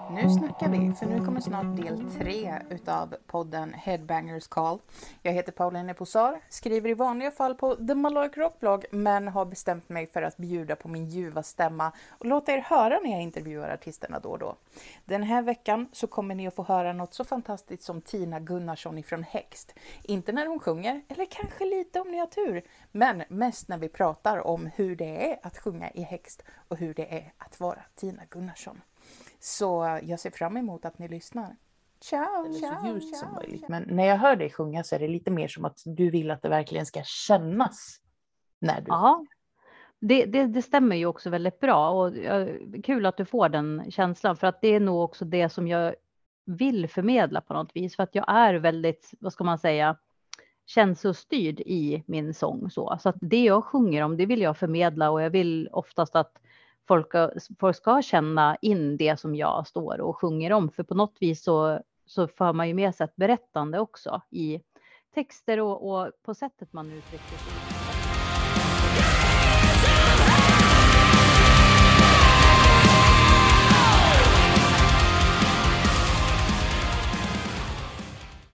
Nu snackar vi, för nu kommer snart del 3 utav podden Headbangers Call. Jag heter Pauline Posar, skriver i vanliga fall på The Maloik Rockblog, men har bestämt mig för att bjuda på min ljuva stämma och låta er höra när jag intervjuar artisterna då och då. Den här veckan så kommer ni att få höra något så fantastiskt som Tina Gunnarsson ifrån Hext. Inte när hon sjunger, eller kanske lite om ni har tur, men mest när vi pratar om hur det är att sjunga i Hext och hur det är att vara Tina Gunnarsson. Så jag ser fram emot att ni lyssnar. Ciao, så ljust som möjligt. Men när jag hör dig sjunga så är det lite mer som att du vill att det verkligen ska kännas när du Ja, det stämmer ju också väldigt bra. Och kul att du får den känslan. För att det är nog också det som jag vill förmedla på något vis. För att jag är väldigt, vad ska man säga, känslostyrd i min sång. Så att det jag sjunger om, det vill jag förmedla. Och jag vill oftast att folk ska känna in det som jag står och sjunger om. För på något vis så för man ju med sig ett berättande också i texter och på sättet man uttrycker sig.